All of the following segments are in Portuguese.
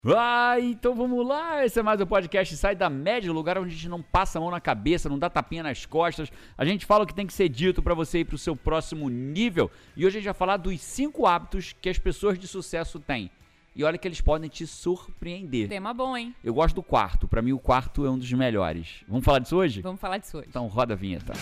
Então vamos lá, esse é mais um podcast Sai da Média, lugar onde a gente não passa a mão na cabeça, não dá tapinha nas costas, a gente fala o que tem que ser dito pra você ir pro seu próximo nível, e hoje a gente vai falar dos 5 hábitos que as pessoas de sucesso têm, e olha que eles podem te surpreender. Tema bom, hein? Eu gosto do quarto, pra mim o quarto é um dos melhores. Vamos falar disso hoje? Vamos falar disso hoje. Então roda a vinheta.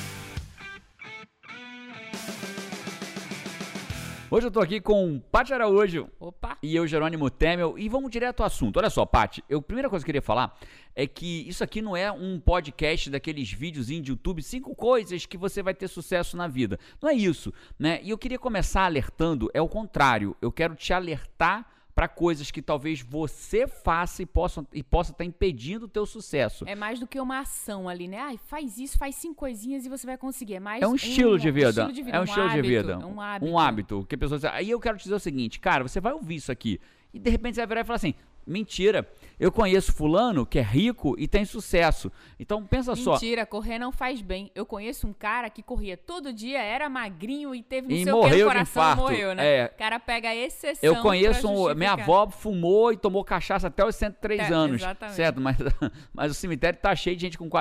Hoje eu tô aqui com Paty Araújo. Opa! E eu, Jerônimo Temel, e vamos direto ao assunto. Olha só, Paty, a primeira coisa que eu queria falar é que isso aqui não é um podcast daqueles videozinhos de YouTube, 5 coisas que você vai ter sucesso na vida. Não é isso, né? E eu queria começar alertando, é o contrário, eu quero te alertar para coisas que talvez você faça e possa estar impedindo o teu sucesso. É mais do que uma ação ali, né? Ai, faz isso, faz 5 coisinhas e você vai conseguir. É mais um estilo de vida. É um estilo de vida. Um hábito. Que pessoas... Aí eu quero te dizer o seguinte, cara, você vai ouvir isso aqui e de repente você vai virar e falar assim, mentira, eu conheço fulano que é rico e tem sucesso. Então pensa só. Mentira, correr não faz bem. Eu conheço um cara que corria todo dia, era magrinho e teve no e seu morreu coração de infarto. Morreu, né? O cara pega a exceção. Eu conheço minha avó fumou e tomou cachaça até os 103 anos. Exatamente. Certo, mas o cemitério tá cheio de gente com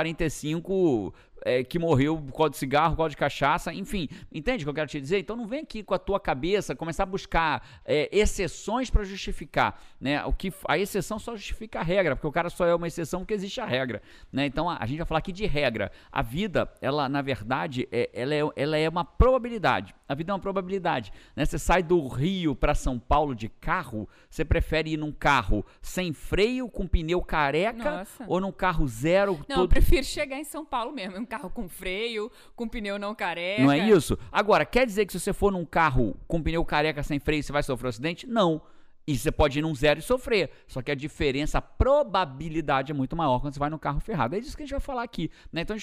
45 que morreu por causa de cigarro, por causa de cachaça, enfim, entende o que eu quero te dizer? Então não vem aqui com a tua cabeça começar a buscar exceções para justificar, né? A exceção só justifica a regra, porque o cara só é uma exceção porque existe a regra, né? Então a gente vai falar aqui de regra. A vida, ela na verdade, ela é uma probabilidade. A vida é uma probabilidade, né? Você sai do Rio para São Paulo de carro, você prefere ir num carro sem freio, com pneu careca, ou num carro zero? Não, eu prefiro chegar em São Paulo mesmo, um carro com freio, com pneu não careca. Não é isso? Agora, quer dizer que se você for num carro com pneu careca sem freio, você vai sofrer um acidente? Não. E você pode ir num zero e sofrer. Só que a diferença, a probabilidade é muito maior quando você vai no carro ferrado. É disso que a gente vai falar aqui, né? Então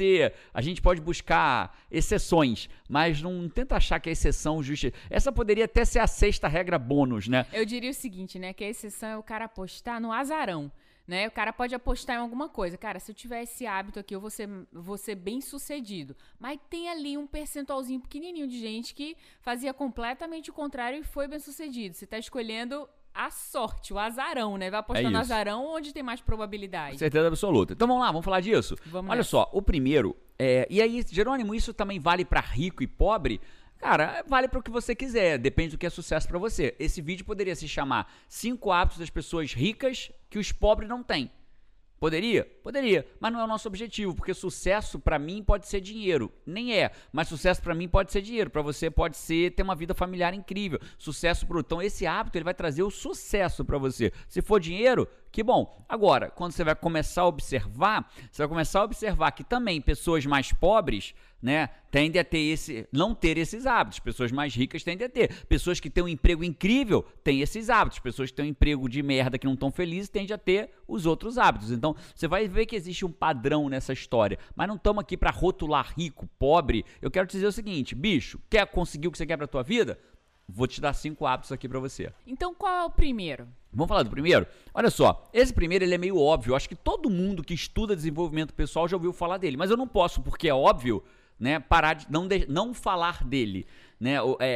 a gente pode buscar exceções, mas não tenta achar que a exceção justa. Essa poderia até ser a 6ª regra bônus, né? Eu diria o seguinte, né? Que a exceção é o cara apostar no azarão. Né? O cara pode apostar em alguma coisa. Cara, se eu tiver esse hábito aqui, eu vou ser bem sucedido. Mas tem ali um percentualzinho pequenininho de gente que fazia completamente o contrário e foi bem sucedido. Você tá escolhendo a sorte, o azarão, né? Vai apostar no azarão onde tem mais probabilidade. Certeza absoluta. Então vamos lá, vamos falar disso? Olha só, o primeiro, e aí, Jerônimo, isso também vale para rico e pobre? Cara, vale para o que você quiser, depende do que é sucesso para você. Esse vídeo poderia se chamar 5 hábitos das pessoas ricas que os pobres não têm. Poderia? Poderia, mas não é o nosso objetivo, porque sucesso pra mim pode ser dinheiro, nem é, mas sucesso pra mim pode ser dinheiro, pra você pode ser ter uma vida familiar incrível, sucesso pro... Então esse hábito ele vai trazer o sucesso pra você, se for dinheiro, que bom. Agora, quando você vai começar a observar, você vai começar a observar que também pessoas mais pobres, né, tendem a ter não ter esses hábitos, pessoas mais ricas tendem a ter, pessoas que têm um emprego incrível têm esses hábitos, pessoas que têm um emprego de merda que não estão felizes tendem a ter os outros hábitos. Então você vai ver que existe um padrão nessa história, mas não estamos aqui para rotular rico, pobre. Eu quero te dizer o seguinte, bicho, quer conseguir o que você quer pra tua vida? Vou te dar 5 hábitos aqui pra você. Então qual é o primeiro? Vamos falar do primeiro? Olha só, esse primeiro ele é meio óbvio, eu acho que todo mundo que estuda desenvolvimento pessoal já ouviu falar dele, mas eu não posso, porque é óbvio, né, parar de não falar dele, né?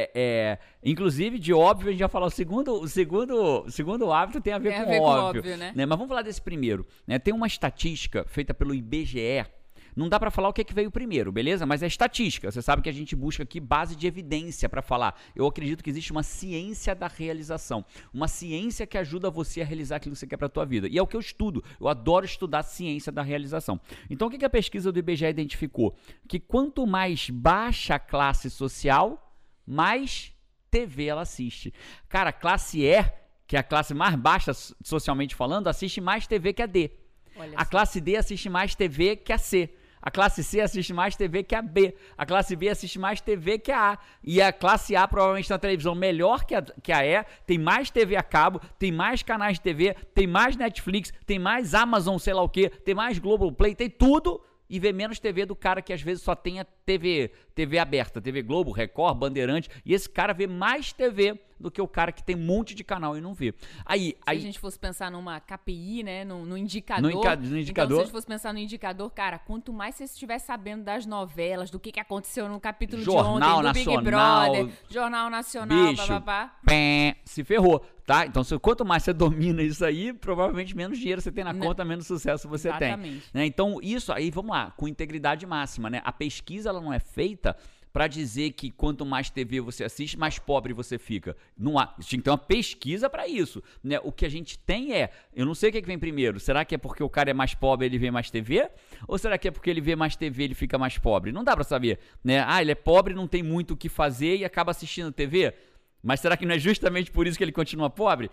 Inclusive de óbvio a gente já falou, o segundo hábito tem a ver com óbvio, né? Mas vamos falar desse primeiro, né? Tem uma estatística feita pelo IBGE. Não dá pra falar o que é que veio primeiro, beleza? Mas é estatística. Você sabe que a gente busca aqui base de evidência pra falar. Eu acredito que existe uma ciência da realização. Uma ciência que ajuda você a realizar aquilo que você quer pra tua vida. E é o que eu estudo. Eu adoro estudar a ciência da realização. Então, o que a pesquisa do IBGE identificou? Que quanto mais baixa a classe social, mais TV ela assiste. Cara, a classe E, que é a classe mais baixa socialmente falando, assiste mais TV que a D. A classe D assiste mais TV que a C. A classe C assiste mais TV que a B. A classe B assiste mais TV que a A. E a classe A provavelmente tem uma televisão melhor que a E, tem mais TV a cabo, tem mais canais de TV, tem mais Netflix, tem mais Amazon, sei lá o que, tem mais Globoplay, tem tudo e vê menos TV do cara que às vezes só tem a TV aberta, TV Globo, Record, Bandeirante, e esse cara vê mais TV do que o cara que tem um monte de canal e não vê. Aí a gente fosse pensar numa KPI, né, no indicador, no indicador. Então, se a gente fosse pensar no indicador, cara, quanto mais você estiver sabendo das novelas, do que aconteceu no capítulo Jornal de ontem, do Nacional, Big Brother, Jornal Nacional, bicho, bababá. Se ferrou, tá? Então, quanto mais você domina isso aí, provavelmente menos dinheiro você tem na conta, menos sucesso você Exatamente. tem. Né? Então, isso aí, vamos lá, com integridade máxima, né? A pesquisa, ela não é feita para dizer que quanto mais TV você assiste, mais pobre você fica. Não há. Tinha que ter uma pesquisa para isso. Né? O que a gente tem eu não sei o que vem primeiro. Será que é porque o cara é mais pobre, ele vê mais TV? Ou será que é porque ele vê mais TV, ele fica mais pobre? Não dá para saber. Né? Ele é pobre, não tem muito o que fazer e acaba assistindo TV? Mas será que não é justamente por isso que ele continua pobre?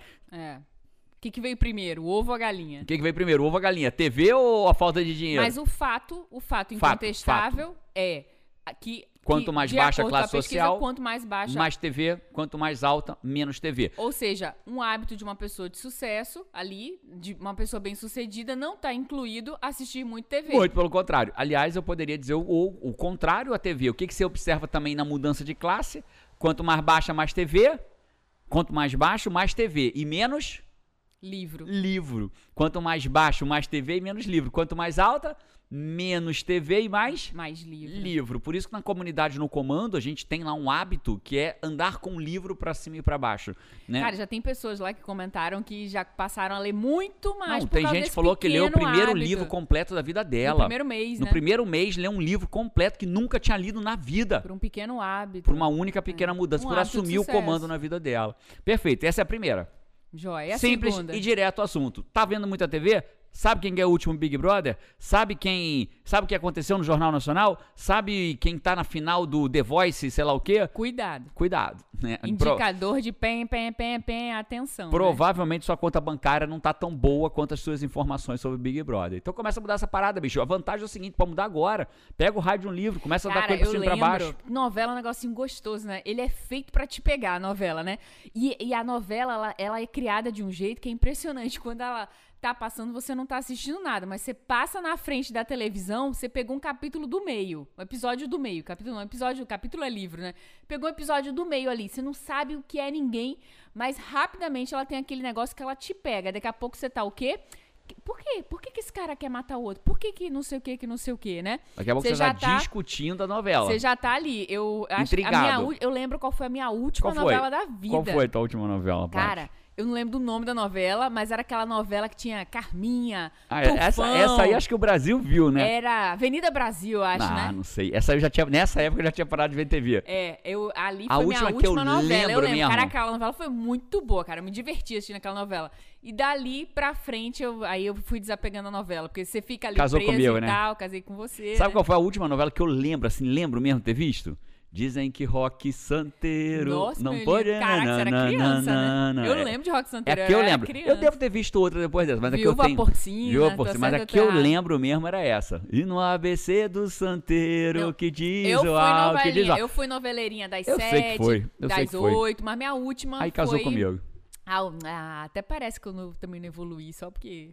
O que veio primeiro, o ovo ou a galinha? O que veio primeiro, o ovo ou a galinha? TV ou a falta de dinheiro? Mas o fato incontestável é que quanto mais baixa a classe social, quanto mais baixa, mais TV, quanto mais alta, menos TV. Ou seja, um hábito de uma pessoa de sucesso ali, de uma pessoa bem-sucedida, não está incluído assistir muito TV. Muito pelo contrário. Aliás, eu poderia dizer o contrário à TV. O que você observa também na mudança de classe? Quanto mais baixa, mais TV. Quanto mais baixo, mais TV. E menos... Livro. Quanto mais baixo, mais TV e menos livro. Quanto mais alta, menos TV e mais livro. Por isso que na comunidade no comando a gente tem lá um hábito que é andar com um livro pra cima e pra baixo, né? Cara, já tem pessoas lá que comentaram que já passaram a ler muito mais. Não, tem gente que falou que leu o primeiro livro completo da vida dela. No primeiro mês, No primeiro mês, leu um livro completo que nunca tinha lido na vida. Por um pequeno hábito. Por uma única pequena mudança, por assumir o comando na vida dela. Perfeito, essa é a primeira. Joia. Simples segunda. E direto ao assunto. Tá vendo muita TV? Sabe quem é o último Big Brother? Sabe o que aconteceu no Jornal Nacional? Sabe quem tá na final do The Voice, sei lá o quê? Cuidado. Né? Indicador de atenção. Provavelmente sua conta bancária não tá tão boa quanto as suas informações sobre o Big Brother. Então começa a mudar essa parada, bicho. A vantagem é o seguinte, pra mudar agora, pega o raio de um livro, começa a dar coisa pra cima e pra baixo. Novela é um negocinho gostoso, né? Ele é feito pra te pegar, a novela, né? E a novela, ela é criada de um jeito que é impressionante. Quando ela tá passando, você não tá assistindo nada, mas você passa na frente da televisão, você pegou um capítulo do meio, um episódio do meio, capítulo é livro, né? Pegou um episódio do meio ali, você não sabe o que é ninguém, mas rapidamente ela tem aquele negócio que ela te pega, daqui a pouco você tá o quê? Por quê? Por que esse cara quer matar o outro? Por que não sei o que não sei o que, né? Daqui a pouco você já tá discutindo a novela. Você já tá ali. Eu acho intrigado. Eu lembro qual foi a minha última novela da vida. Qual foi a tua última novela, Cara, eu não lembro do nome da novela, mas era aquela novela que tinha Carminha, essa aí acho que o Brasil viu, né? Era Avenida Brasil, acho, né? Ah, não sei. Essa aí nessa época eu já tinha parado de ver TV. Ali foi minha última novela. Eu lembro. Cara, aquela novela foi muito boa, cara. Eu me diverti assistindo aquela novela. E dali pra frente, eu fui desapegando a novela. Porque você fica ali Casou preso comigo, e né? tal, casei com você. Sabe qual foi a última novela que eu lembro, assim, lembro mesmo de ter visto? Dizem que Rock Santeiro não pode... Caraca, você era criança, né? Eu não lembro de Rock Santeiro, é que eu lembro. Eu devo ter visto outra depois dessa, mas Viúva é que eu tenho... Porcina, mas a que eu lembro mesmo era essa. E no ABC do Santeiro que diz o alto, que diz o alto. Eu fui noveleirinha das eu 7, sei que foi. das 8, mas minha última Aí casou comigo. Até parece que eu também não evoluí, só porque...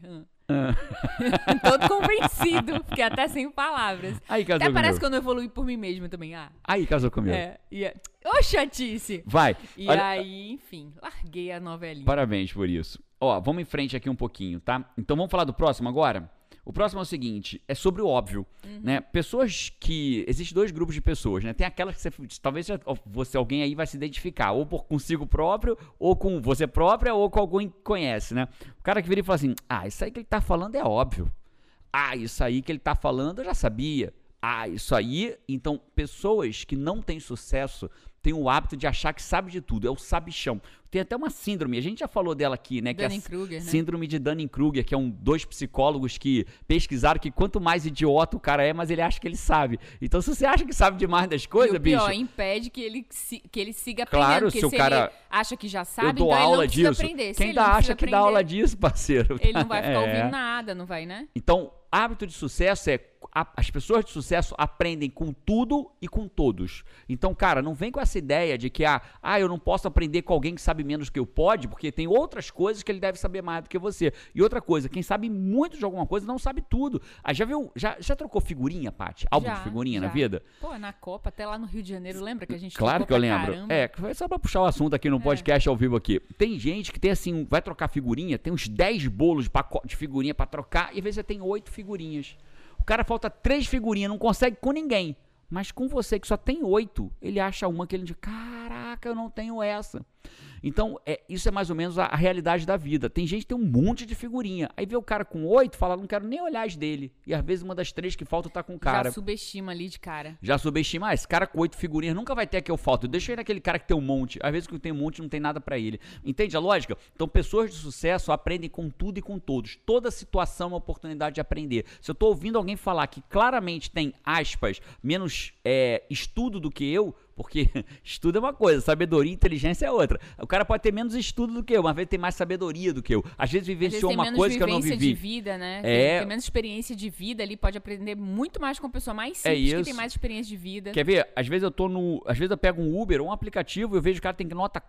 Todo convencido, fiquei até sem palavras. Aí casou até parece comigo. que eu não evoluí por mim mesmo também. Aí casou comigo. Ô, chatice! Vai. E aí, enfim, larguei a novelinha. Parabéns por isso. Ó, vamos em frente aqui um pouquinho, tá? Então vamos falar do próximo agora? O próximo é o seguinte, é sobre o óbvio, né? Pessoas que... Existem dois grupos de pessoas, né? Tem aquelas que talvez alguém aí vai se identificar, ou por consigo próprio, ou com você própria, ou com alguém que conhece, né? O cara que vira e fala assim, isso aí que ele tá falando é óbvio. Isso aí que ele tá falando eu já sabia. Isso aí... Então, pessoas que não têm sucesso têm o hábito de achar que sabe de tudo, é o sabichão. Tem até uma síndrome, a gente já falou dela aqui, né? Dunning-Kruger, né? Síndrome de Dunning-Kruger, que é dois psicólogos que pesquisaram que quanto mais idiota o cara é, mais ele acha que ele sabe. Então, se você acha que sabe demais das coisas, bicho... E o pior, impede que ele siga aprendendo. Claro, porque se o cara... ele acha que já sabe, eu dou então aula ele não precisa disso. aprender. Quem ainda acha que dá aula disso, parceiro? Ele não vai ficar ouvindo nada, não vai, né? Então, hábito de sucesso é... As pessoas de sucesso aprendem com tudo e com todos. Então, cara, não vem com essa ideia de que, eu não posso aprender com alguém que sabe sabe menos que eu pode, porque tem outras coisas que ele deve saber mais do que você. E outra coisa, quem sabe muito de alguma coisa não sabe tudo. Já trocou figurinha, Paty? Álbum de figurinha na vida? Pô, na Copa, até lá no Rio de Janeiro, lembra que a gente Claro que eu lembro. Caramba. Foi só pra puxar o assunto aqui no podcast ao vivo aqui. Tem gente que tem assim, vai trocar figurinha, tem uns 10 bolos de pacote de figurinha pra trocar, e às vezes você tem 8 figurinhas. O cara falta 3 figurinhas, não consegue com ninguém. Mas com você que só tem 8, ele acha uma que ele diz, caraca, eu não tenho essa. Então, isso é mais ou menos a realidade da vida. Tem gente que tem um monte de figurinha. Aí vê o cara com 8, fala, não quero nem olhar as dele. E às vezes uma das 3 que falta tá com o cara. Já subestima ali de cara. Já subestima. Esse cara com 8 figurinhas nunca vai ter a que eu falto. Deixa eu ir naquele cara que tem um monte. Às vezes que tem um monte não tem nada pra ele. Entende a lógica? Então, pessoas de sucesso aprendem com tudo e com todos. Toda situação é uma oportunidade de aprender. Se eu tô ouvindo alguém falar que claramente tem, aspas, menos estudo do que eu, porque estudo é uma coisa, sabedoria e inteligência é outra. O cara pode ter menos estudo do que eu, mas às vezes tem mais sabedoria do que eu. Às vezes vivenciou uma coisa que eu não vivi. De vida, né? Tem menos experiência de vida ali, pode aprender muito mais com uma pessoa mais simples que tem mais experiência de vida. Quer ver? Às vezes eu pego um Uber ou um aplicativo e eu vejo que o cara tem nota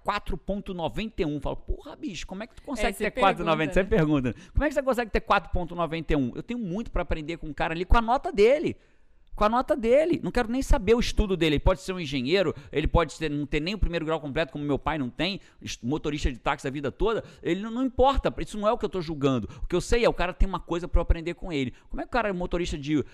4.91. Falo, porra, bicho, como é que tu consegue ter 4.91? Você pergunta. Como é que você consegue ter 4.91? Eu tenho muito pra aprender com o cara ali com a nota dele. Com a nota dele, não quero nem saber o estudo dele. Ele pode ser um engenheiro, ele pode não ter nem o primeiro grau completo, como meu pai não tem, motorista de táxi a vida toda. Ele não importa, isso não é o que eu tô julgando. O que eu sei é o cara tem uma coisa pra eu aprender com ele. Como é que o cara é motorista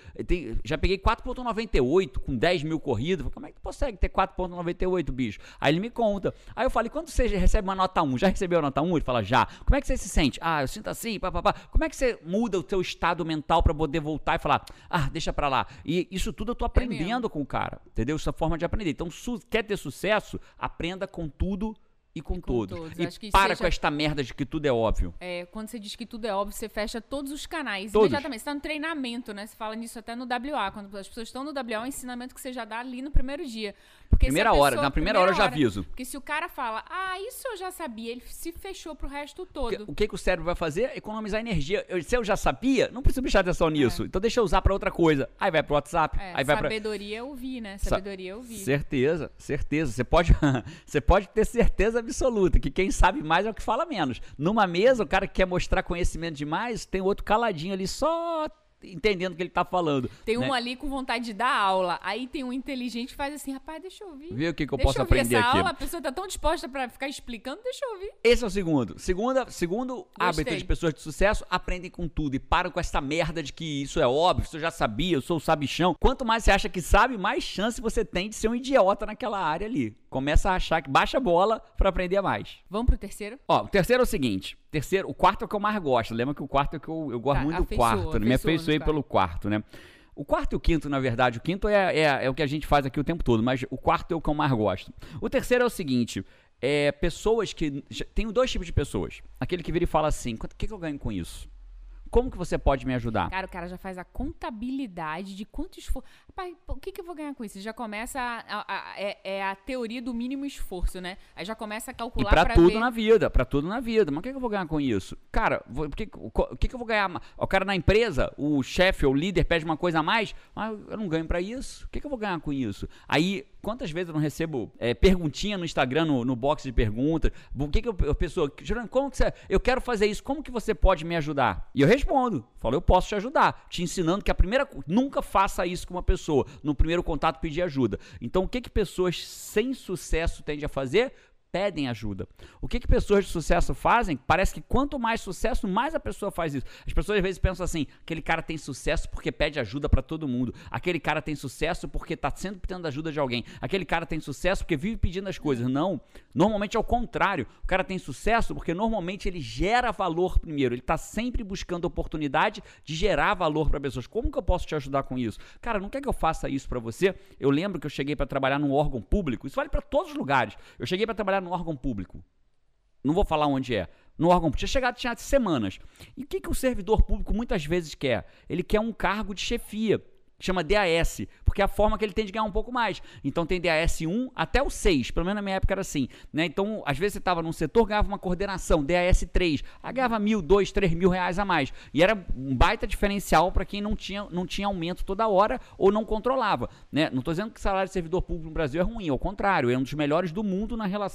já peguei 4.98 com 10 mil corridas. Como é que tu consegue ter 4.98, bicho? Aí ele me conta. Aí eu falo, e quando você recebe uma nota 1? Já recebeu a nota 1? Ele fala, já. Como é que você se sente? Eu sinto assim, papapá. Como é que você muda o seu estado mental pra poder voltar e falar, deixa pra lá. E isso tudo eu tô aprendendo com o cara, entendeu? Essa forma de aprender. Então, quer ter sucesso? Aprenda com tudo e com todos. E com esta merda de que tudo é óbvio. Quando você diz que tudo é óbvio, você fecha todos os canais. Todos. Imediatamente. Você tá no treinamento, né? Você fala nisso até no WA. Quando as pessoas estão no WA, é um ensinamento que você já dá ali no primeiro dia. Porque na primeira hora eu já aviso. Porque se o cara fala, isso eu já sabia, ele se fechou pro resto todo. O que o cérebro vai fazer? Economizar energia. Se eu já sabia, não preciso prestar atenção nisso. Então deixa eu usar pra outra coisa. Aí vai pro WhatsApp. Sabedoria eu vi, né? Sabedoria eu vi. Certeza. Você pode ter certeza absoluta que quem sabe mais é o que fala menos. Numa mesa, o cara que quer mostrar conhecimento demais, tem outro caladinho ali só entendendo o que ele tá falando. Tem um ali com vontade de dar aula. Aí tem um inteligente que faz assim, rapaz, deixa eu ouvir. Vê o que eu posso aprender aqui. Aula, a pessoa tá tão disposta pra ficar explicando, deixa eu ouvir. Esse é o segundo. Segundo hábito de pessoas de sucesso, aprendem com tudo e param com essa merda de que isso é óbvio, isso eu já sabia, eu sou o sabichão. Quanto mais você acha que sabe, mais chance você tem de ser um idiota naquela área ali. Começa a achar que baixa a bola pra aprender mais. Vamos pro terceiro? O terceiro é o seguinte. O quarto é o que eu mais gosto. Lembra que o quarto é o que eu gosto muito do quarto. Me afeiçoei pelo quarto, né? O quarto e o quinto, na verdade, o quinto é o que a gente faz aqui o tempo todo, mas o quarto é o que eu mais gosto. O terceiro é o seguinte, pessoas que... Tem 2 tipos de pessoas. Aquele que vira e fala assim, o que eu ganho com isso? Como que você pode me ajudar? Cara, o cara já faz a contabilidade de quanto esforço... Rapaz, o que eu vou ganhar com isso? Já começa a teoria do mínimo esforço, né? Aí já começa a calcular pra tudo ver... na vida, pra tudo na vida. Mas o que eu vou ganhar com isso? Cara, o que eu vou ganhar? O cara na empresa, o chefe ou o líder pede uma coisa a mais, mas eu não ganho pra isso. O que eu vou ganhar com isso? Aí, quantas vezes eu não recebo perguntinha no Instagram, no box de perguntas? O que a pessoa... Geralmente, como que eu quero fazer isso, como que você pode me ajudar? E eu respondo. Falo, eu posso te ajudar. Te ensinando que nunca faça isso com uma pessoa. No primeiro contato, pedir ajuda. Então, o que pessoas sem sucesso tendem a fazer? Pedem ajuda. O que pessoas de sucesso fazem? Parece que quanto mais sucesso, mais a pessoa faz isso. As pessoas às vezes pensam assim, aquele cara tem sucesso porque pede ajuda pra todo mundo. Aquele cara tem sucesso porque tá sempre pedindo ajuda de alguém. Aquele cara tem sucesso porque vive pedindo as coisas. Não. Normalmente é o contrário. O cara tem sucesso porque normalmente ele gera valor primeiro. Ele tá sempre buscando oportunidade de gerar valor pra pessoas. Como que eu posso te ajudar com isso? Cara, não quer que eu faça isso pra você? Eu lembro que eu cheguei pra trabalhar num órgão público. Isso vale pra todos os lugares. Eu cheguei pra trabalhar no órgão público. Não vou falar onde é. No órgão público. Tinha semanas. E o que o servidor público muitas vezes quer? Ele quer um cargo de chefia. Chama DAS, porque é a forma que ele tem de ganhar um pouco mais. Então tem DAS 1 até o 6, pelo menos na minha época era assim, né? Então, às vezes você estava num setor, ganhava uma coordenação, DAS 3, aí ganhava 1.000, 2.000, 3.000 reais a mais. E era um baita diferencial para quem não tinha aumento toda hora ou não controlava, né? Não estou dizendo que o salário de servidor público no Brasil é ruim, ao contrário, é um dos melhores do mundo na relação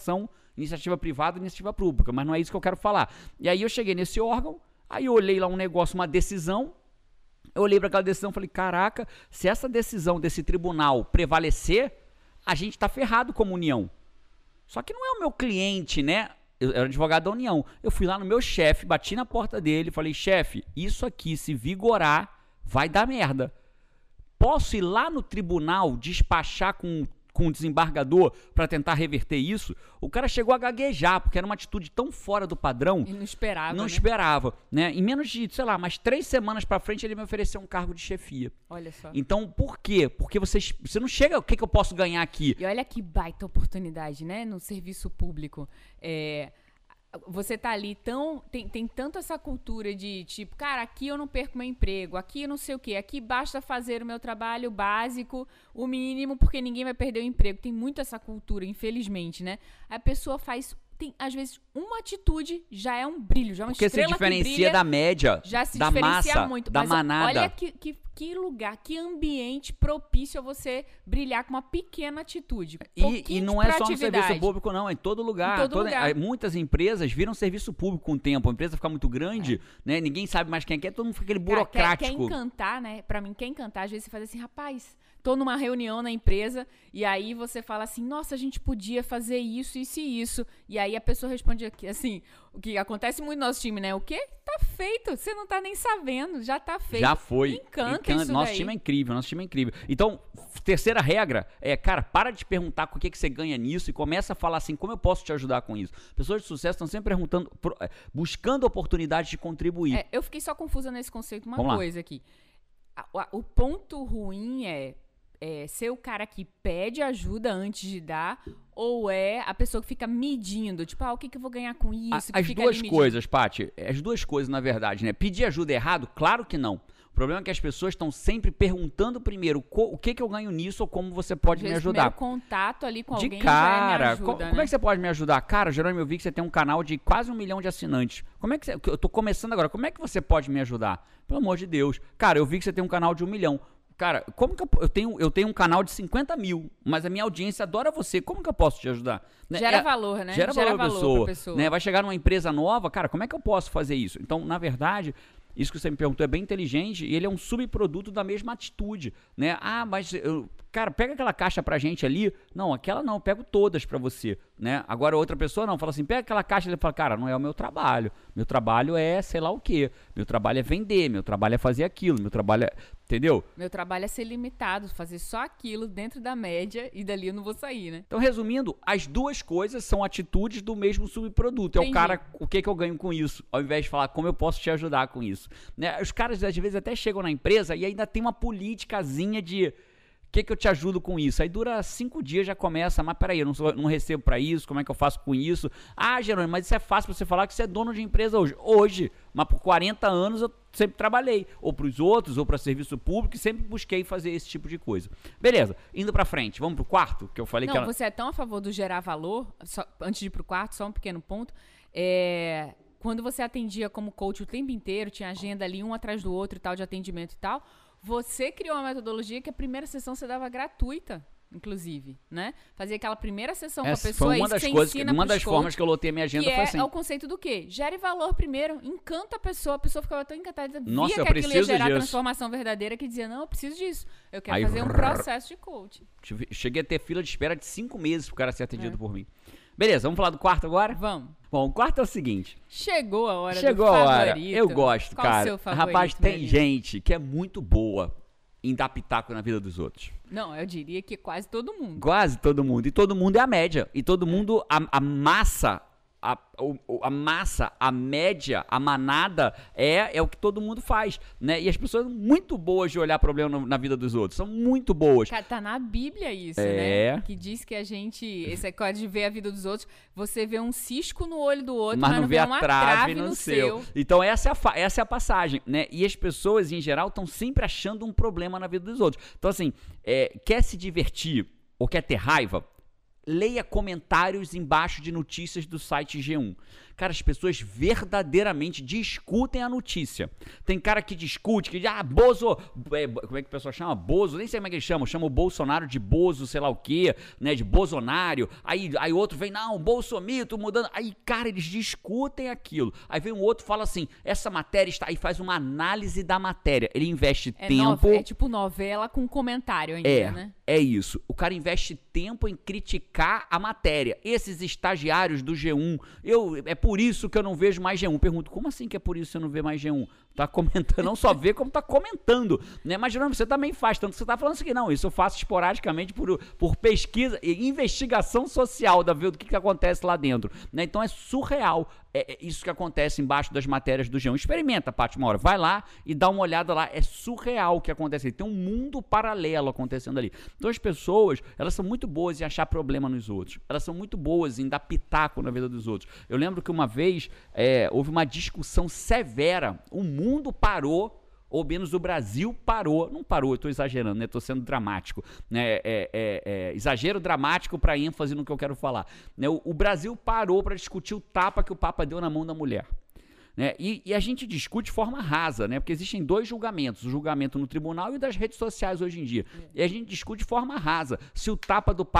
iniciativa privada e iniciativa pública, mas não é isso que eu quero falar. E aí eu cheguei nesse órgão, aí eu olhei lá um negócio, uma decisão, eu olhei para aquela decisão e falei, caraca, se essa decisão desse tribunal prevalecer, a gente tá ferrado como União. Só que não é o meu cliente, né? Eu era advogado da União. Eu fui lá no meu chefe, bati na porta dele e falei, chefe, isso aqui se vigorar, vai dar merda. Posso ir lá no tribunal despachar com o desembargador para tentar reverter isso? O cara chegou a gaguejar, porque era uma atitude tão fora do padrão. E não esperava, Não né? esperava, né? Em menos de, sei lá, mais 3 semanas para frente, ele me ofereceu um cargo de chefia. Olha só. Então, por quê? Porque você não chega, o que eu posso ganhar aqui? E olha que baita oportunidade, né? No serviço público. Você tá ali tem tanto essa cultura de tipo, cara, aqui eu não perco meu emprego, aqui eu não sei o quê, aqui basta fazer o meu trabalho básico, o mínimo, porque ninguém vai perder o emprego. Tem muito essa cultura, infelizmente, né? A pessoa às vezes, uma atitude já é um brilho, já é uma Porque estrela se diferencia que brilha, da média, já se da diferencia massa, muito. da Mas manada. olha que lugar, que ambiente propício a você brilhar com uma pequena atitude. E não é só no serviço público, não, é em todo lugar. Em todo lugar. Muitas empresas viram serviço público com o tempo. A empresa fica muito grande, né? Ninguém sabe mais quem é, todo mundo fica aquele burocrático. Quer encantar, né? Pra mim, quer encantar, às vezes você faz assim, rapaz, tô numa reunião na empresa, e aí você fala assim, nossa, a gente podia fazer isso, isso e isso. E aí a pessoa responde aqui, assim, o que acontece muito no nosso time, né? O quê? Tá feito, você não tá nem sabendo, já tá feito. Já foi. Encanta isso Nosso daí. time é incrível, nosso time é incrível. Então, terceira regra é, cara, para de perguntar com o que você ganha nisso e começa a falar assim, como eu posso te ajudar com isso? Pessoas de sucesso estão sempre perguntando, buscando oportunidades de contribuir. Eu fiquei só confusa nesse conceito, Vamos lá. coisa aqui. O ponto ruim é ser o cara que pede ajuda antes de dar, ou é a pessoa que fica medindo, tipo, o que eu vou ganhar com isso? As duas coisas, Paty, as duas coisas, na verdade, né? Pedir ajuda é errado? Claro que não. O problema é que as pessoas estão sempre perguntando primeiro o que eu ganho nisso ou como você pode me ajudar. O contato ali com alguém de cara, já me ajuda, como é que você pode me ajudar? Cara, Jerônimo, eu vi que você tem um canal de quase 1 milhão de assinantes. Como é que eu tô começando agora, como é que você pode me ajudar? Pelo amor de Deus. Cara, eu vi que você tem um canal de 1 milhão. Cara, como que eu tenho um canal de 50 mil, mas a minha audiência adora você, como que eu posso te ajudar? Gera valor, né? Gera valor pra pessoa. Né? Vai chegar numa empresa nova, cara, como é que eu posso fazer isso? Então, na verdade, isso que você me perguntou é bem inteligente e ele é um subproduto da mesma atitude, né? Mas, cara, pega aquela caixa pra gente ali. Não, aquela não, eu pego todas pra você, né? Agora outra pessoa não, fala assim, pega aquela caixa e ele fala, cara, não é o meu trabalho. Meu trabalho é sei lá o quê. Meu trabalho é vender, meu trabalho é fazer aquilo, meu trabalho é... Entendeu? Meu trabalho é ser limitado, fazer só aquilo dentro da média e dali eu não vou sair, né? Então, resumindo, as duas coisas são atitudes do mesmo subproduto. É Entendi. o cara, o que eu ganho com isso, ao invés de falar como eu posso te ajudar com isso. Né? Os caras, às vezes, até chegam na empresa e ainda tem uma politicazinha de o que eu te ajudo com isso. Aí dura 5 dias, já começa, mas peraí, eu não recebo pra isso, como é que eu faço com isso? Jerônimo, mas isso é fácil você falar que você é dono de empresa hoje. Mas por 40 anos eu sempre trabalhei, ou pros outros, ou para serviço público, e sempre busquei fazer esse tipo de coisa. Beleza, indo pra frente, vamos pro quarto, que eu falei Não, que ela... você é tão a favor do gerar valor, antes de ir pro quarto, só um pequeno ponto, quando você atendia como coach o tempo inteiro, tinha agenda ali um atrás do outro e tal, de atendimento e tal, você criou uma metodologia que a primeira sessão você dava gratuita, inclusive, né? Fazia aquela primeira sessão com a pessoa foi uma e das você coisas, ensina uma das pros formas que eu lotei a minha agenda que foi assim. é o conceito do quê? Gere valor primeiro, encanta a pessoa ficava tão encantada, Nossa, via eu que aquilo ia preciso gerar disso. transformação verdadeira, que dizia, não, eu preciso disso, eu quero Aí, fazer um processo de coaching. Cheguei a ter fila de espera de 5 meses pro cara ser atendido por mim. Beleza, vamos falar do quarto agora? Vamos. Bom, o quarto é o seguinte. Chegou a hora Chegou do a hora. favorito. Eu gosto, Qual cara. o seu favorito, Rapaz, tem Melina? gente que é muito boa em dar pitaco na vida dos outros. Não, eu diria que quase todo mundo. Quase todo mundo. E todo mundo é a média. E todo mundo, a massa, a massa, a média, a manada é o que todo mundo faz, né? E as pessoas são muito boas de olhar problema na vida dos outros. São muito boas. Cara, tá na Bíblia isso, É. né? Que diz que a gente, esse código de ver a vida dos outros, você vê um cisco no olho do outro, Mas não vê a uma trave no seu. Então essa é a passagem, né? E as pessoas, em geral, estão sempre achando um problema na vida dos outros. Então, assim, quer se divertir ou quer ter raiva? Leia comentários embaixo de notícias do site G1. Cara, as pessoas verdadeiramente discutem a notícia. Tem cara que discute, que diz, Bozo, como é que o pessoal chama? Bozo, nem sei como é que eles chamam. Chama o Bolsonaro de Bozo, sei lá o quê, né? De Bolsonário. Aí outro vem, não, Bolsomito mudando. Aí, cara, eles discutem aquilo. Aí vem um outro e fala assim, essa matéria está... Aí faz uma análise da matéria. Ele investe tempo... É tipo novela com comentário ainda, né? É isso. O cara investe tempo em criticar a matéria. Esses estagiários do G1, é por isso que eu não vejo mais G1. Pergunto, como assim que é por isso que você não vê mais G1? Tá comentando, não só vê, como tá comentando, né? Mas, Jerônimo, você também faz, tanto que você tá falando isso aqui, não, isso eu faço esporadicamente por pesquisa e investigação social, da ver do que acontece lá dentro, né? Então é surreal isso que acontece embaixo das matérias do G1. Experimenta, Paty, uma hora, vai lá e dá uma olhada lá, é surreal o que acontece ali, tem um mundo paralelo acontecendo ali. Então as pessoas, elas são muito boas em achar problema nos outros, elas são muito boas em dar pitaco na vida dos outros. Eu lembro que uma vez houve uma discussão severa, o mundo parou, ou menos o Brasil parou, não parou, eu estou exagerando, né? Estou sendo dramático, né? Exagero dramático para ênfase no que eu quero falar, né? O Brasil parou para discutir o tapa que o Papa deu na mão da mulher. Né? E a gente discute de forma rasa, né? Porque existem dois julgamentos, o julgamento no tribunal e das redes sociais hoje em dia. E a gente discute de forma rasa se o tapa do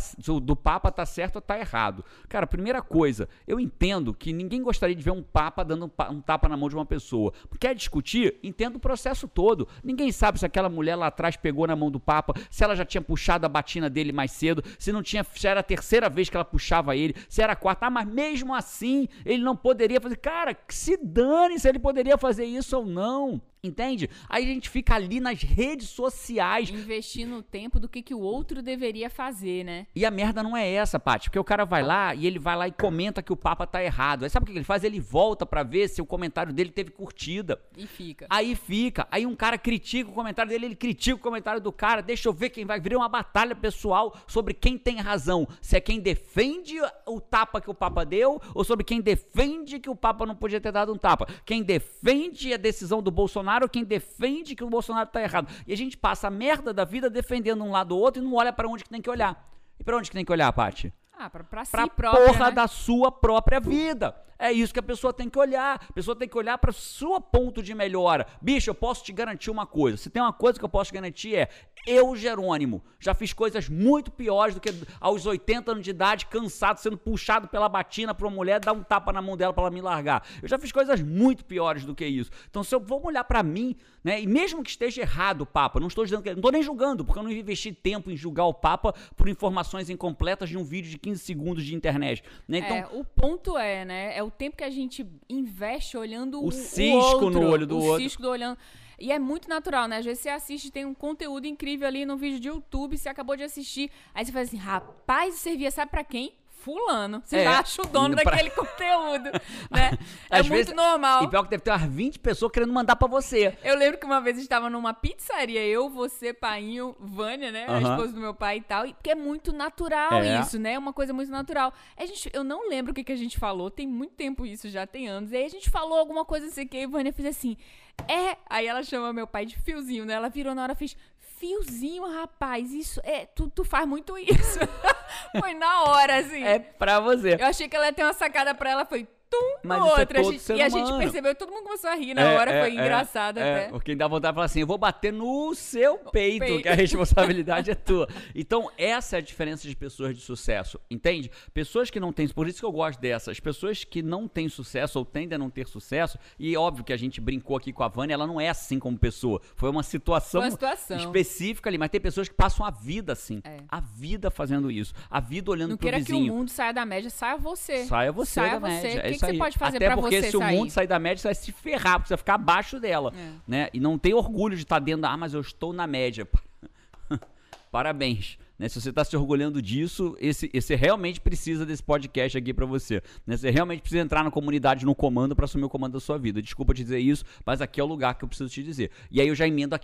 Papa tá certo ou tá errado. Cara, primeira coisa, eu entendo que ninguém gostaria de ver um Papa dando um tapa na mão de uma pessoa. Quer discutir? Entenda o processo todo. Ninguém sabe se aquela mulher lá atrás pegou na mão do Papa, se ela já tinha puxado a batina dele mais cedo, se era a terceira vez que ela puxava ele, se era a quarta. Mas mesmo assim, ele não poderia fazer. Cara, se dane se ele poderia fazer isso ou não, entende? Aí a gente fica ali nas redes sociais investindo o tempo do que o outro deveria fazer, né? E a merda não é essa, Paty, porque o cara vai lá e comenta que o Papa tá errado. Aí sabe o que ele faz? Ele volta pra ver se o comentário dele teve curtida. E fica. Aí um cara critica o comentário dele, ele critica o comentário do cara, deixa eu ver quem vai virar uma batalha pessoal sobre quem tem razão. Se é quem defende o tapa que o Papa deu ou sobre quem defende que o Papa não podia ter dado um tapa. Quem defende a decisão do Bolsonaro ou quem defende que o Bolsonaro tá errado. E a gente passa a merda da vida defendendo um lado ou outro e não olha pra onde que tem que olhar. E pra onde que tem que olhar, Paty? Pra si pra própria, porra, né? Da sua própria vida. É isso que a pessoa tem que olhar. A pessoa tem que olhar para o seu ponto de melhora. Bicho, eu posso te garantir uma coisa. Se tem uma coisa que eu posso te garantir eu, Jerônimo, já fiz coisas muito piores do que aos 80 anos de idade, cansado, sendo puxado pela batina pra uma mulher, dar um tapa na mão dela pra ela me largar. Eu já fiz coisas muito piores do que isso. Então, se eu vou olhar pra mim, né, e mesmo que esteja errado o Papa, não estou nem julgando, porque eu não investi tempo em julgar o Papa por informações incompletas de um vídeo de 15 segundos de internet. Né? Então, o ponto né? É o tempo que a gente investe olhando o cisco no olho do outro. O cisco do olhando. E é muito natural, né? Às vezes você assiste, tem um conteúdo incrível ali no vídeo de YouTube, você acabou de assistir, aí você fala assim, rapaz, isso servia, sabe pra quem? Fulano. Você já acha o dono daquele conteúdo, né? Às muito vezes, normal. E pior que deve ter umas 20 pessoas querendo mandar pra você. Eu lembro que uma vez a gente tava numa pizzaria, eu, você, Painho, Vânia, né? A esposa do meu pai e tal. Porque é muito natural isso, né? É uma coisa muito natural. Eu não lembro o que a gente falou, tem muito tempo isso, já tem anos. E aí a gente falou alguma coisa assim, que a Vânia fez assim, Aí ela chama meu pai de Fiozinho, né? Ela virou na hora e fez... Fiozinho, rapaz, isso tu faz muito isso. Foi na hora, assim. É pra você. Eu achei que ela ia ter uma sacada pra ela, foi mas no outro. E a gente percebeu, todo mundo começou a rir na hora, foi engraçado até. Porque dá vontade de falar assim, eu vou bater no seu peito, que a responsabilidade é tua. Então, essa é a diferença de pessoas de sucesso, entende? Pessoas que não têm, por isso que eu gosto dessas, pessoas que não têm sucesso ou tendem a não ter sucesso, e óbvio que a gente brincou aqui com a Vânia, ela não é assim como pessoa, foi uma situação específica ali, mas tem pessoas que passam a vida assim, a vida fazendo isso, a vida olhando pro vizinho. Não queira que o mundo saia da média, saia você. Saia você da média. O que você pode fazer pra você sair? Até porque se o mundo sair da média, você vai se ferrar, porque você vai ficar abaixo dela, né? E não tem orgulho de estar dentro mas eu estou na média. Parabéns. Né? Se você está se orgulhando disso, esse realmente precisa desse podcast aqui pra você. Né? Você realmente precisa entrar na comunidade, no comando, pra assumir o comando da sua vida. Desculpa te dizer isso, mas aqui é o lugar que eu preciso te dizer. E aí eu já emendo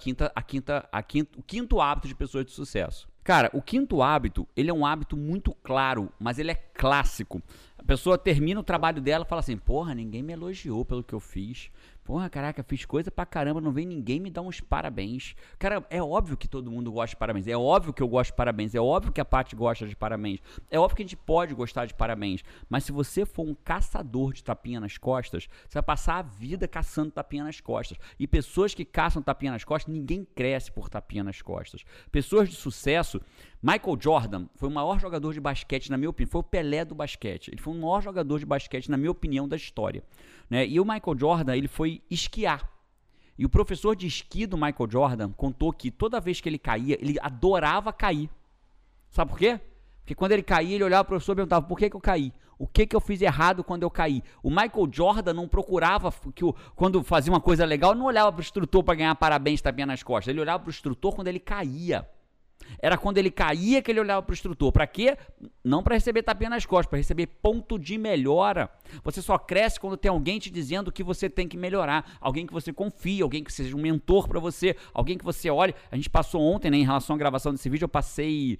o quinto hábito de pessoas de sucesso. Cara, o quinto hábito, ele é um hábito muito claro, mas ele é clássico. A pessoa termina o trabalho dela e fala assim, porra, ninguém me elogiou pelo que eu fiz. Porra, caraca, fiz coisa pra caramba, não vem ninguém me dar uns parabéns. Cara, é óbvio que todo mundo gosta de parabéns. É óbvio que eu gosto de parabéns. É óbvio que a Paty gosta de parabéns. É óbvio que a gente pode gostar de parabéns. Mas se você for um caçador de tapinha nas costas, você vai passar a vida caçando tapinha nas costas. E pessoas que caçam tapinha nas costas, ninguém cresce por tapinha nas costas. Pessoas de sucesso... Michael Jordan foi o maior jogador de basquete, na minha opinião. Foi o Pelé do basquete. Ele foi o maior jogador de basquete, na minha opinião, da história. Né? E o Michael Jordan, ele foi esquiar. E o professor de esqui do Michael Jordan contou que toda vez que ele caía, ele adorava cair. Sabe por quê? Porque quando ele caía, ele olhava para o professor e perguntava, por que eu caí? O que eu fiz errado quando eu caí? O Michael Jordan não procurava, quando fazia uma coisa legal, não olhava para o instrutor para ganhar parabéns, tapinha nas costas. Ele olhava para o instrutor quando ele caía. Era quando ele caía que ele olhava para o instrutor. Para quê? Não para receber tapinha nas costas, para receber ponto de melhora. Você só cresce quando tem alguém te dizendo o que você tem que melhorar. Alguém que você confia, alguém que seja um mentor para você, alguém que você olhe. A gente passou ontem, né, em relação à gravação desse vídeo, eu passei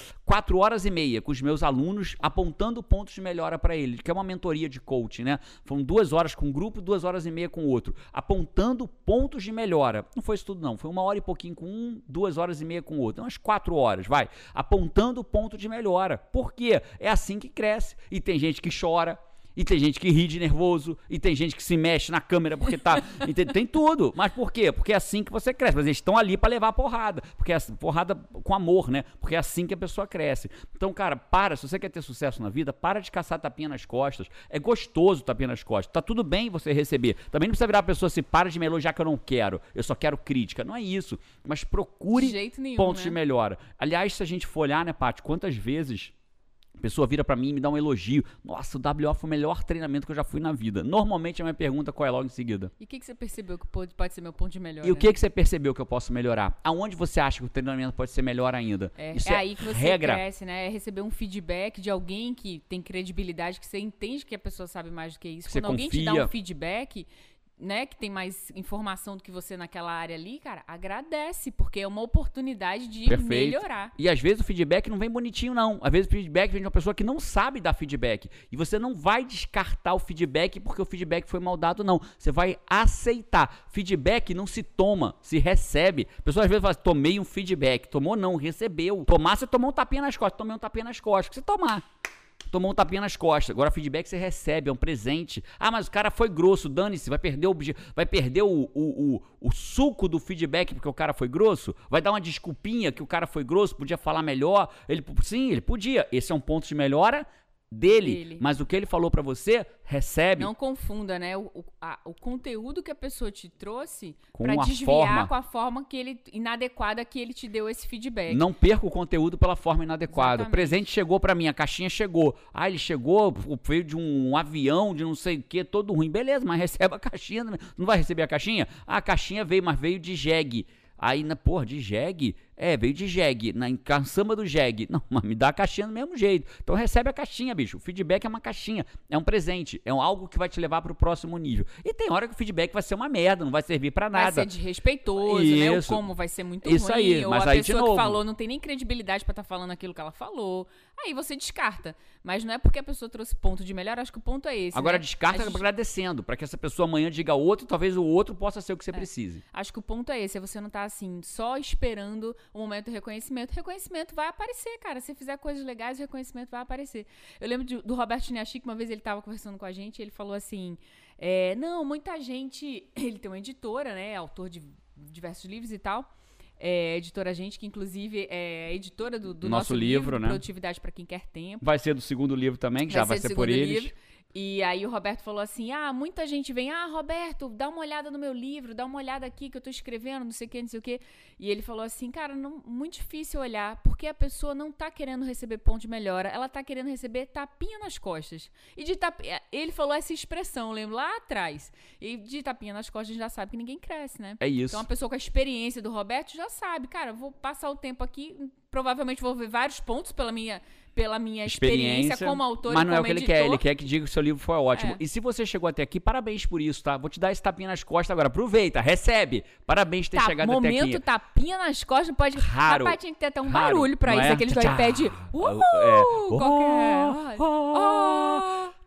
4 horas e meia com os meus alunos apontando pontos de melhora para eles, que é uma mentoria de coaching, né? Foram 2 horas com um grupo e 2 horas e meia com o outro, apontando pontos de melhora. Não foi isso tudo não, foi 1 hora e pouquinho com um, 2 horas e meia com o outro, umas 4 horas, vai, apontando ponto de melhora. Por quê? É assim que cresce. E tem gente que chora, e tem gente que ri de nervoso, e tem gente que se mexe na câmera porque tá... tem tudo. Mas por quê? Porque é assim que você cresce. Mas eles estão ali para levar a porrada. Porque é porrada com amor, né? Porque é assim que a pessoa cresce. Então, cara, se você quer ter sucesso na vida, para de caçar tapinha nas costas. É gostoso tapinha nas costas. Tá tudo bem você receber. Também não precisa virar a pessoa assim, para de me elogiar que eu não quero. Eu só quero crítica. Não é isso. Mas procure pontos de melhora. Aliás, se a gente for olhar, né, Paty, quantas vezes... A pessoa vira pra mim e me dá um elogio. Nossa, o WO foi o melhor treinamento que eu já fui na vida. Normalmente a minha pergunta qual é logo em seguida? E o que você percebeu que pode ser meu ponto de melhora? E o que você percebeu que eu posso melhorar? Aonde você acha que o treinamento pode ser melhor ainda? Isso é aí que você cresce, né? É receber um feedback de alguém que tem credibilidade, que você entende que a pessoa sabe mais do que isso. Quando alguém te dá um feedback... né, que tem mais informação do que você naquela área ali, cara, agradece, porque é uma oportunidade de melhorar. E às vezes o feedback não vem bonitinho, não. Às vezes o feedback vem de uma pessoa que não sabe dar feedback. E você não vai descartar o feedback porque o feedback foi mal dado, não. Você vai aceitar. Feedback não se toma, se recebe. A pessoa às vezes fala, tomei um feedback. Tomou não, recebeu. Tomar, você tomou um tapinha nas costas. Tomei um tapinha nas costas. O que você tomar? Tomou um tapinha nas costas. Agora feedback você recebe, é um presente. Ah, mas o cara foi grosso, dane-se, vai perder o suco do feedback porque o cara foi grosso? Vai dar uma desculpinha que o cara foi grosso, podia falar melhor? Sim, ele podia. Esse é um ponto de melhora dele. Mas o que ele falou pra você, recebe. Não confunda, né? O conteúdo que a pessoa te trouxe pra desviar com a forma inadequada que ele te deu esse feedback. Não perca o conteúdo pela forma inadequada. Exatamente. O presente chegou pra mim, a caixinha chegou. Ah, ele chegou, veio de um avião, de não sei o que, todo ruim. Beleza, mas recebe a caixinha. Não vai receber a caixinha? Ah, a caixinha veio, mas veio de jegue. Aí, porra, de jegue? Veio de jegue, na caçamba do jegue. Não, mas me dá a caixinha do mesmo jeito. Então recebe a caixinha, bicho. O feedback é uma caixinha, é um presente, é algo que vai te levar pro próximo nível. E tem hora que o feedback vai ser uma merda, não vai servir pra nada. Vai ser desrespeitoso, né? O como vai ser muito ruim. Isso aí, mas ou a aí pessoa de novo, que falou não tem nem credibilidade pra estar falando aquilo que ela falou. Aí você descarta. Mas não é porque a pessoa trouxe ponto de melhor, acho que o ponto é esse. Agora né? descarta agradecendo, pra que essa pessoa amanhã diga outro, talvez o outro possa ser o que você precise. Acho que o ponto é esse, é você não tá assim, só esperando o momento do reconhecimento. O reconhecimento vai aparecer, cara. Se fizer coisas legais, o reconhecimento vai aparecer. Eu lembro do Roberto Chiniachi, que uma vez ele tava conversando com a gente, ele falou assim, não, muita gente, ele tem uma editora, né, autor de diversos livros e tal, editora Gente, que inclusive é editora do nosso livro, né? Produtividade para Quem Quer Tempo. Vai ser do segundo livro também, que já vai ser por eles. Livro. E aí o Roberto falou assim, muita gente vem, Roberto, dá uma olhada no meu livro, dá uma olhada aqui que eu tô escrevendo, não sei o que. E ele falou assim, cara, muito difícil olhar, porque a pessoa não tá querendo receber ponto de melhora, ela tá querendo receber tapinha nas costas. E ele falou essa expressão, eu lembro, lá atrás. E de tapinha nas costas a gente já sabe que ninguém cresce, né? É isso. Então uma pessoa com a experiência do Roberto já sabe, cara, eu vou passar o tempo aqui, provavelmente vou ver vários pontos pela minha experiência como autor e como editor. Mas não é o que ele quer que diga que o seu livro foi ótimo. E se você chegou até aqui, parabéns por isso, tá? Vou te dar esse tapinha nas costas agora, aproveita, recebe. Parabéns por ter chegado até aqui. Momento tapinha nas costas pode... Raro. Rapaz, tinha que ter até um barulho pra isso, aqueles do iPad.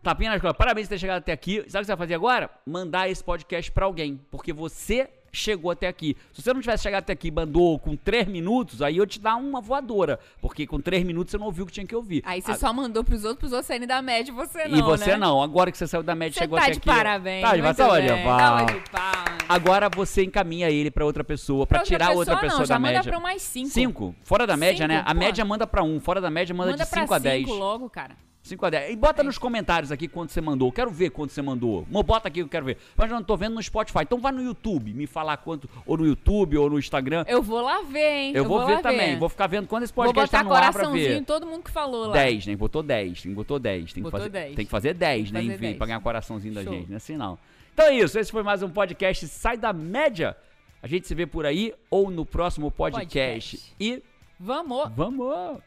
Tapinha nas costas. Parabéns por ter chegado até aqui. Sabe o que você vai fazer agora? Mandar esse podcast pra alguém. Porque você chegou até aqui. Se você não tivesse chegado até aqui e mandou com 3 minutos, aí eu te dar uma voadora. Porque com 3 minutos você não ouviu o que tinha que ouvir. Aí você só mandou pros outros saírem da média e você não, E você né? não. Agora que você saiu da média e chegou até aqui. Você tá de parabéns. Tá de muito parabéns. bem. Salva de palmas. Agora você encaminha ele pra outra pessoa, pra tirar outra pessoa da média. Manda pra mais 5. 5? Fora da média, né? A pô. média manda pra 1. Fora da média manda de 5 a 10. Manda pra 5 logo, cara. 5 a 10. E bota nos comentários aqui quanto você mandou. Quero ver quanto você mandou. Bota aqui que eu quero ver. Mas eu não tô vendo no Spotify. Então vai no YouTube me falar quanto. Ou no YouTube ou no Instagram. Eu vou lá ver, hein? Eu vou ver também. Vou ficar vendo quando esse podcast tá no ar pra ver. Vou botar coraçãozinho em todo mundo que falou lá. 10, né? Botou 10. Botou 10. Tem que fazer 10, né? Enfim, pra ganhar coraçãozinho da gente. Não é assim não. Então é isso. Esse foi mais um podcast Sai da Média. A gente se vê por aí ou no próximo podcast. E Vamos!